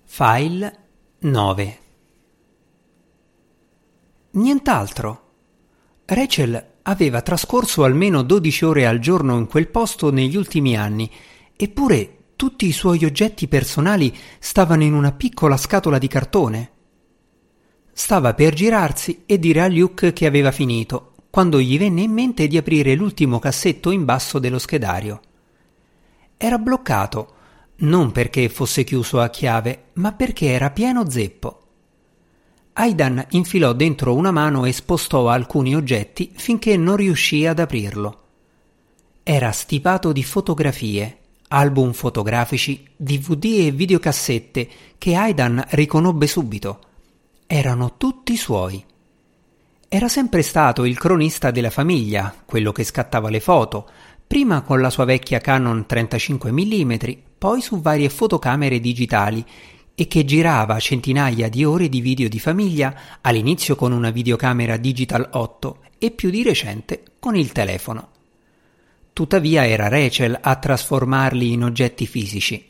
File 9. Nient'altro. Rachel aveva trascorso almeno 12 ore al giorno in quel posto negli ultimi anni, eppure tutti i suoi oggetti personali stavano in una piccola scatola di cartone. Stava per girarsi e dire a Luke che aveva finito, quando gli venne in mente di aprire l'ultimo cassetto in basso dello schedario. Era bloccato, non perché fosse chiuso a chiave, ma perché era pieno zeppo. Aidan infilò dentro una mano e spostò alcuni oggetti finché non riuscì ad aprirlo. Era stipato di fotografie, album fotografici, DVD e videocassette che Aidan riconobbe subito. Erano tutti suoi. Era sempre stato il cronista della famiglia, quello che scattava le foto, prima con la sua vecchia Canon 35 mm, poi su varie fotocamere digitali, e che girava centinaia di ore di video di famiglia, all'inizio con una videocamera Digital 8 e più di recente con il telefono. Tuttavia era Rachel a trasformarli in oggetti fisici.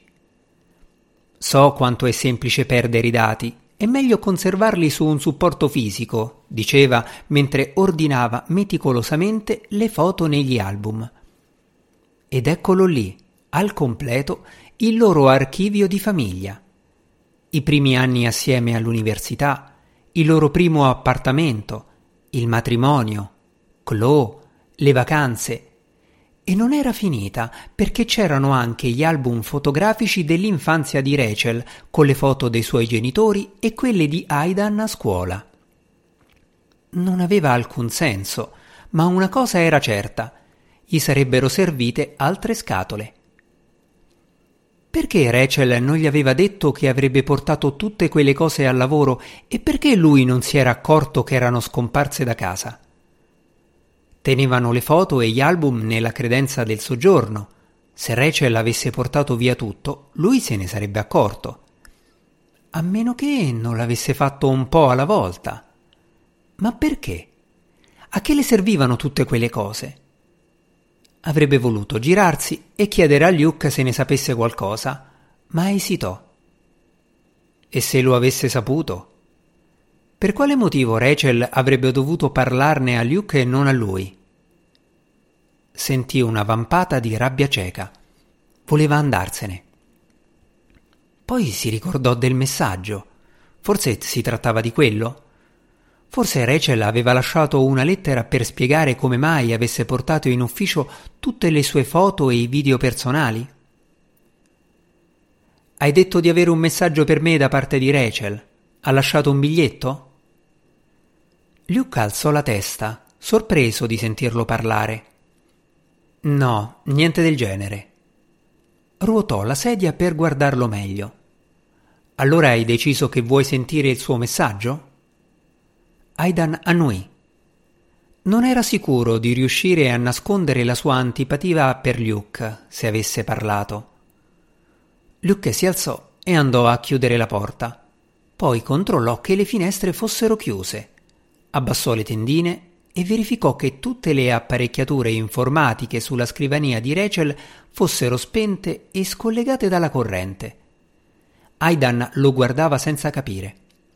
So quanto è semplice perdere i dati, è meglio conservarli su un supporto fisico, diceva mentre ordinava meticolosamente le foto negli album. Ed eccolo lì, al completo, il loro archivio di famiglia. I primi anni assieme all'università, il loro primo appartamento, il matrimonio, Chloe, le vacanze. E non era finita, perché c'erano anche gli album fotografici dell'infanzia di Rachel, con le foto dei suoi genitori e quelle di Aidan a scuola. Non aveva alcun senso, ma una cosa era certa: gli sarebbero servite altre scatole. Perché Rachel non gli aveva detto che avrebbe portato tutte quelle cose al lavoro e perché lui non si era accorto che erano scomparse da casa? Tenevano le foto e gli album nella credenza del soggiorno. Se Rachel avesse portato via tutto, lui se ne sarebbe accorto. A meno che non l'avesse fatto un po' alla volta. Ma perché? A che le servivano tutte quelle cose? Avrebbe voluto girarsi e chiedere a Luke se ne sapesse qualcosa, ma esitò. E se lo avesse saputo? Per quale motivo Rachel avrebbe dovuto parlarne a Luke e non a lui? Sentì una vampata di rabbia cieca. Voleva andarsene. Poi si ricordò del messaggio. Forse si trattava di quello? Forse Rachel aveva lasciato una lettera per spiegare come mai avesse portato in ufficio tutte le sue foto e i video personali? Hai detto di avere un messaggio per me da parte di Rachel. Ha lasciato un biglietto? Luke alzò la testa, sorpreso di sentirlo parlare. No, niente del genere. Ruotò la sedia per guardarlo meglio. Allora hai deciso che vuoi sentire il suo messaggio? Aidan annuì. Non era sicuro di riuscire a nascondere la sua antipatia per Luke se avesse parlato. Luke si alzò e andò a chiudere la porta. Poi controllò che le finestre fossero chiuse. Abbassò le tendine e verificò che tutte le apparecchiature informatiche sulla scrivania di Rachel fossero spente e scollegate dalla corrente. Aidan lo guardava senza capire.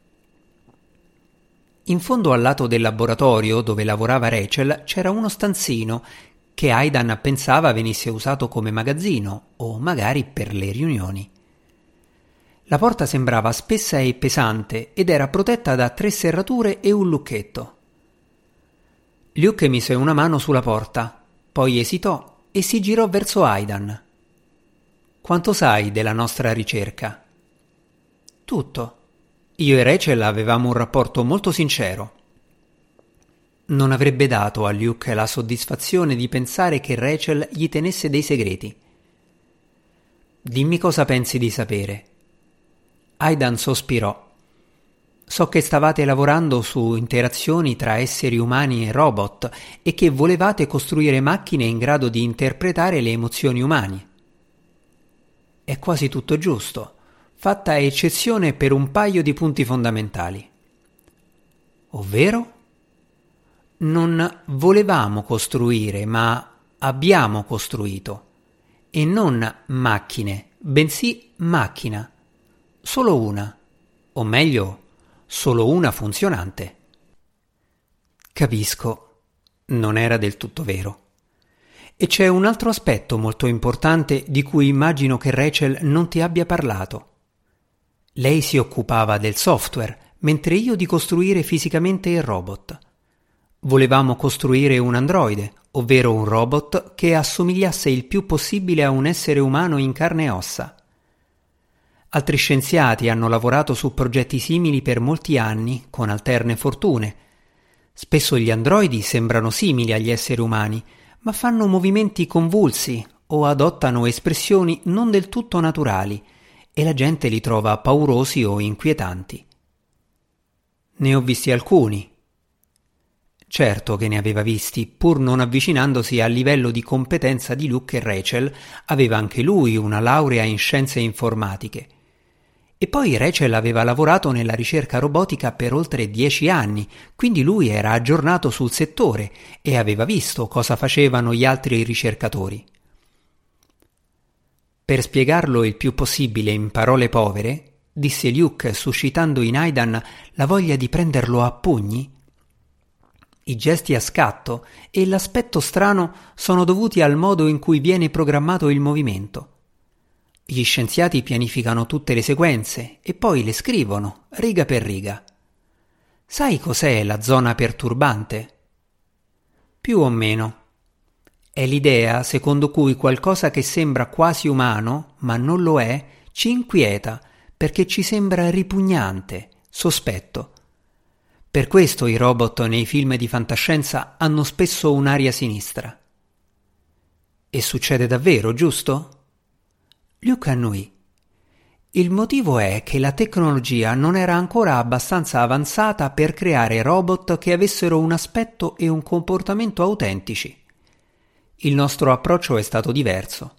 In fondo al lato del laboratorio dove lavorava Rachel c'era uno stanzino che Aidan pensava venisse usato come magazzino o magari per le riunioni. La porta sembrava spessa e pesante ed era protetta da 3 serrature e un lucchetto. Luke mise una mano sulla porta, poi esitò e si girò verso Aidan. Quanto sai della nostra ricerca? Tutto. Io e Rachel avevamo un rapporto molto sincero. Non avrebbe dato a Luke la soddisfazione di pensare che Rachel gli tenesse dei segreti. Dimmi cosa pensi di sapere. Aidan sospirò. So che stavate lavorando su interazioni tra esseri umani e robot e che volevate costruire macchine in grado di interpretare le emozioni umane. È quasi tutto giusto, fatta eccezione per un paio di punti fondamentali. Ovvero? Non volevamo costruire, ma abbiamo costruito. E non macchine, bensì macchina. solo una, o meglio, solo una funzionante. Capisco, non era del tutto vero. E c'è un altro aspetto molto importante di cui immagino che Rachel non ti abbia parlato. Lei si occupava del software, mentre io di costruire fisicamente il robot. Volevamo costruire un androide, ovvero un robot che assomigliasse il più possibile a un essere umano in carne e ossa. Altri scienziati hanno lavorato su progetti simili per molti anni, con alterne fortune. Spesso gli androidi sembrano simili agli esseri umani, ma fanno movimenti convulsi o adottano espressioni non del tutto naturali e la gente li trova paurosi o inquietanti. Ne ho visti alcuni. Certo che ne aveva visti, pur non avvicinandosi al livello di competenza di Luke e Rachel, aveva anche lui una laurea in scienze informatiche. E poi Rachel aveva lavorato nella ricerca robotica per oltre 10 anni, quindi lui era aggiornato sul settore e aveva visto cosa facevano gli altri ricercatori. Per spiegarlo il più possibile in parole povere, disse Luke, suscitando in Aidan la voglia di prenderlo a pugni. I gesti a scatto e l'aspetto strano sono dovuti al modo in cui viene programmato il movimento. Gli scienziati pianificano tutte le sequenze e poi le scrivono, riga per riga. Sai cos'è la zona perturbante? Più o meno. È l'idea secondo cui qualcosa che sembra quasi umano, ma non lo è, ci inquieta perché ci sembra ripugnante, sospetto. Per questo i robot nei film di fantascienza hanno spesso un'aria sinistra. E succede davvero, giusto? Luke annui. Il motivo è che la tecnologia non era ancora abbastanza avanzata per creare robot che avessero un aspetto e un comportamento autentici. Il nostro approccio è stato diverso.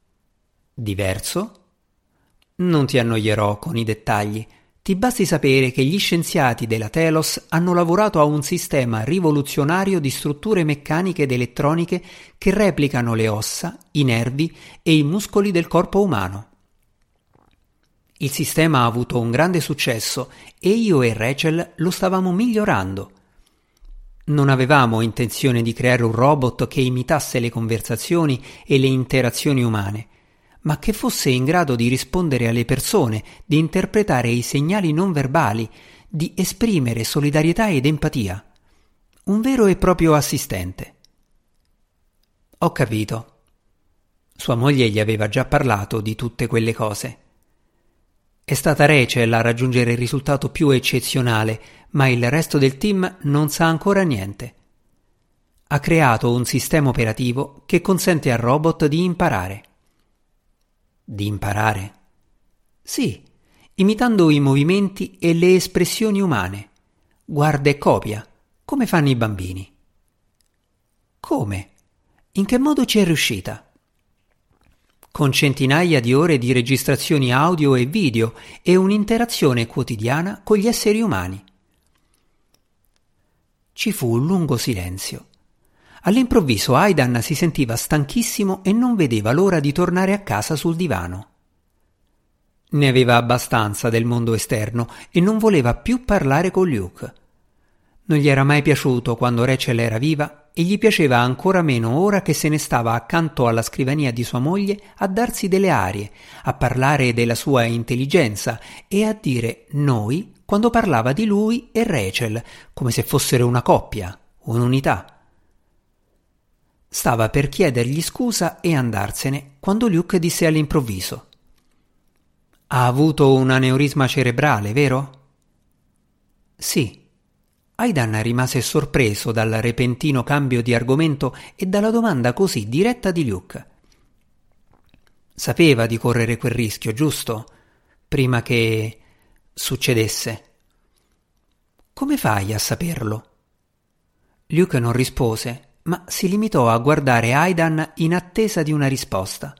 Diverso? Non ti annoierò con i dettagli. Ti basti sapere che gli scienziati della Telos hanno lavorato a un sistema rivoluzionario di strutture meccaniche ed elettroniche che replicano le ossa, i nervi e i muscoli del corpo umano. Il sistema ha avuto un grande successo e io e Rachel lo stavamo migliorando. Non avevamo intenzione di creare un robot che imitasse le conversazioni e le interazioni umane, ma che fosse in grado di rispondere alle persone, di interpretare i segnali non verbali, di esprimere solidarietà ed empatia. Un vero e proprio assistente. Ho capito. Sua moglie gli aveva già parlato di tutte quelle cose. È stata Rachel a raggiungere il risultato più eccezionale, ma il resto del team non sa ancora niente. Ha creato un sistema operativo che consente al robot di imparare. Di imparare? Sì, imitando i movimenti e le espressioni umane. Guarda e copia, come fanno i bambini. Come? In che modo ci è riuscita? Con centinaia di ore di registrazioni audio e video e un'interazione quotidiana con gli esseri umani. Ci fu un lungo silenzio. All'improvviso Aidan si sentiva stanchissimo e non vedeva l'ora di tornare a casa sul divano. Ne aveva abbastanza del mondo esterno e non voleva più parlare con Luke. Non gli era mai piaciuto quando Rachel era viva e gli piaceva ancora meno ora che se ne stava accanto alla scrivania di sua moglie a darsi delle arie, a parlare della sua intelligenza e a dire noi quando parlava di lui e Rachel, come se fossero una coppia, un'unità. Stava per chiedergli scusa e andarsene quando Luke disse all'improvviso: «Ha avuto un aneurisma cerebrale, vero?» «Sì». Aidan rimase sorpreso dal repentino cambio di argomento e dalla domanda così diretta di Luke. Sapeva di correre quel rischio, giusto? Prima che succedesse. Come fai a saperlo? Luke non rispose, ma si limitò a guardare Aidan in attesa di una risposta.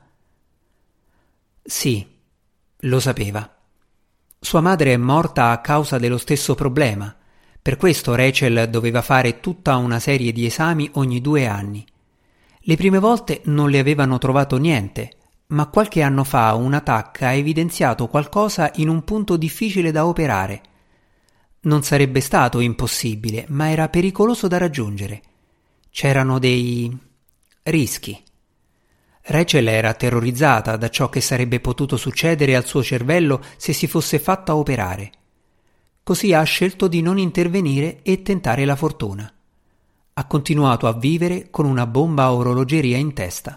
Sì, lo sapeva. Sua madre è morta a causa dello stesso problema. Per questo Rachel doveva fare tutta una serie di esami ogni 2 anni. Le prime volte non le avevano trovato niente, ma qualche anno fa un attacco ha evidenziato qualcosa in un punto difficile da operare. Non sarebbe stato impossibile, ma era pericoloso da raggiungere. C'erano dei rischi. Rachel era terrorizzata da ciò che sarebbe potuto succedere al suo cervello se si fosse fatta operare. Così ha scelto di non intervenire e tentare la fortuna. Ha continuato a vivere con una bomba a orologeria in testa.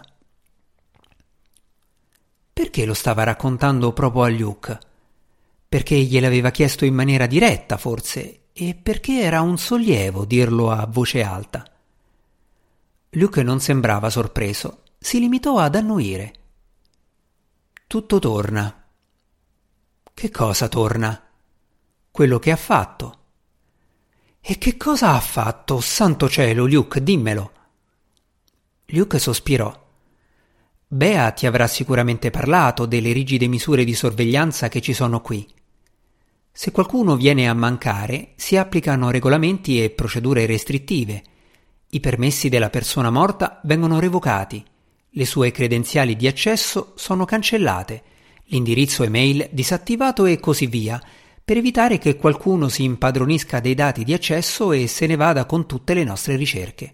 Perché lo stava raccontando proprio a Luke? Perché gliel'aveva chiesto in maniera diretta, forse, e perché era un sollievo dirlo a voce alta. Luke non sembrava sorpreso, si limitò ad annuire. Tutto torna. Che cosa torna? Quello che ha fatto. E che cosa ha fatto? Santo cielo, Luke, dimmelo. Luke sospirò. Bea ti avrà sicuramente parlato delle rigide misure di sorveglianza che ci sono qui. Se qualcuno viene a mancare, si applicano regolamenti e procedure restrittive. I permessi della persona morta vengono revocati, le sue credenziali di accesso sono cancellate, l'indirizzo email disattivato e così via, per evitare che qualcuno si impadronisca dei dati di accesso e se ne vada con tutte le nostre ricerche.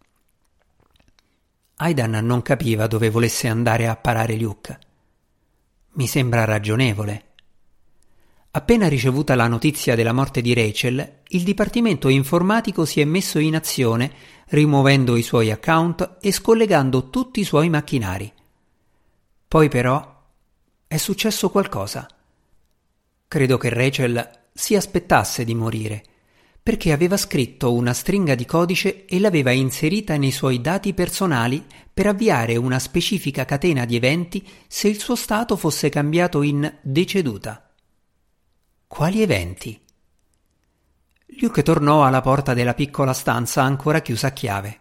Aidan non capiva dove volesse andare a parare Luke. Mi sembra ragionevole. Appena ricevuta la notizia della morte di Rachel, il dipartimento informatico si è messo in azione, rimuovendo i suoi account e scollegando tutti i suoi macchinari. Poi però è successo qualcosa. Credo che Rachel si aspettasse di morire, perché aveva scritto una stringa di codice e l'aveva inserita nei suoi dati personali per avviare una specifica catena di eventi se il suo stato fosse cambiato in deceduta. Quali eventi? Luke tornò alla porta della piccola stanza ancora chiusa a chiave.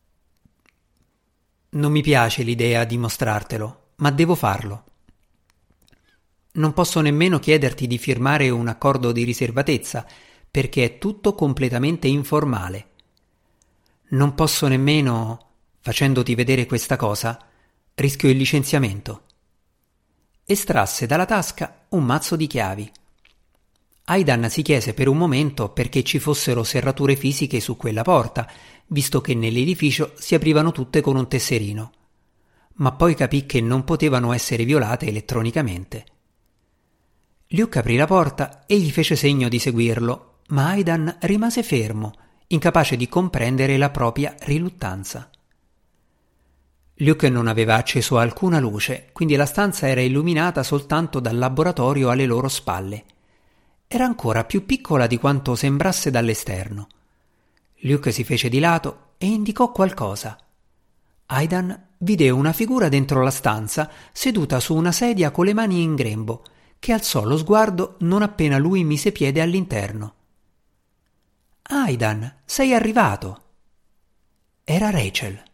Non mi piace l'idea di mostrartelo, ma devo farlo. Non posso nemmeno chiederti di firmare un accordo di riservatezza, perché è tutto completamente informale. Non posso nemmeno, facendoti vedere questa cosa, rischio il licenziamento. Estrasse dalla tasca un mazzo di chiavi. Aidan si chiese per un momento perché ci fossero serrature fisiche su quella porta, visto che nell'edificio si aprivano tutte con un tesserino. Ma poi capì che non potevano essere violate elettronicamente. Luke aprì la porta e gli fece segno di seguirlo, ma Aidan rimase fermo, incapace di comprendere la propria riluttanza. Luke non aveva acceso alcuna luce, quindi la stanza era illuminata soltanto dal laboratorio alle loro spalle. Era ancora più piccola di quanto sembrasse dall'esterno. Luke si fece di lato e indicò qualcosa. Aidan vide una figura dentro la stanza, seduta su una sedia con le mani in grembo, che alzò lo sguardo non appena lui mise piede all'interno. Aidan, sei arrivato! Era Rachel.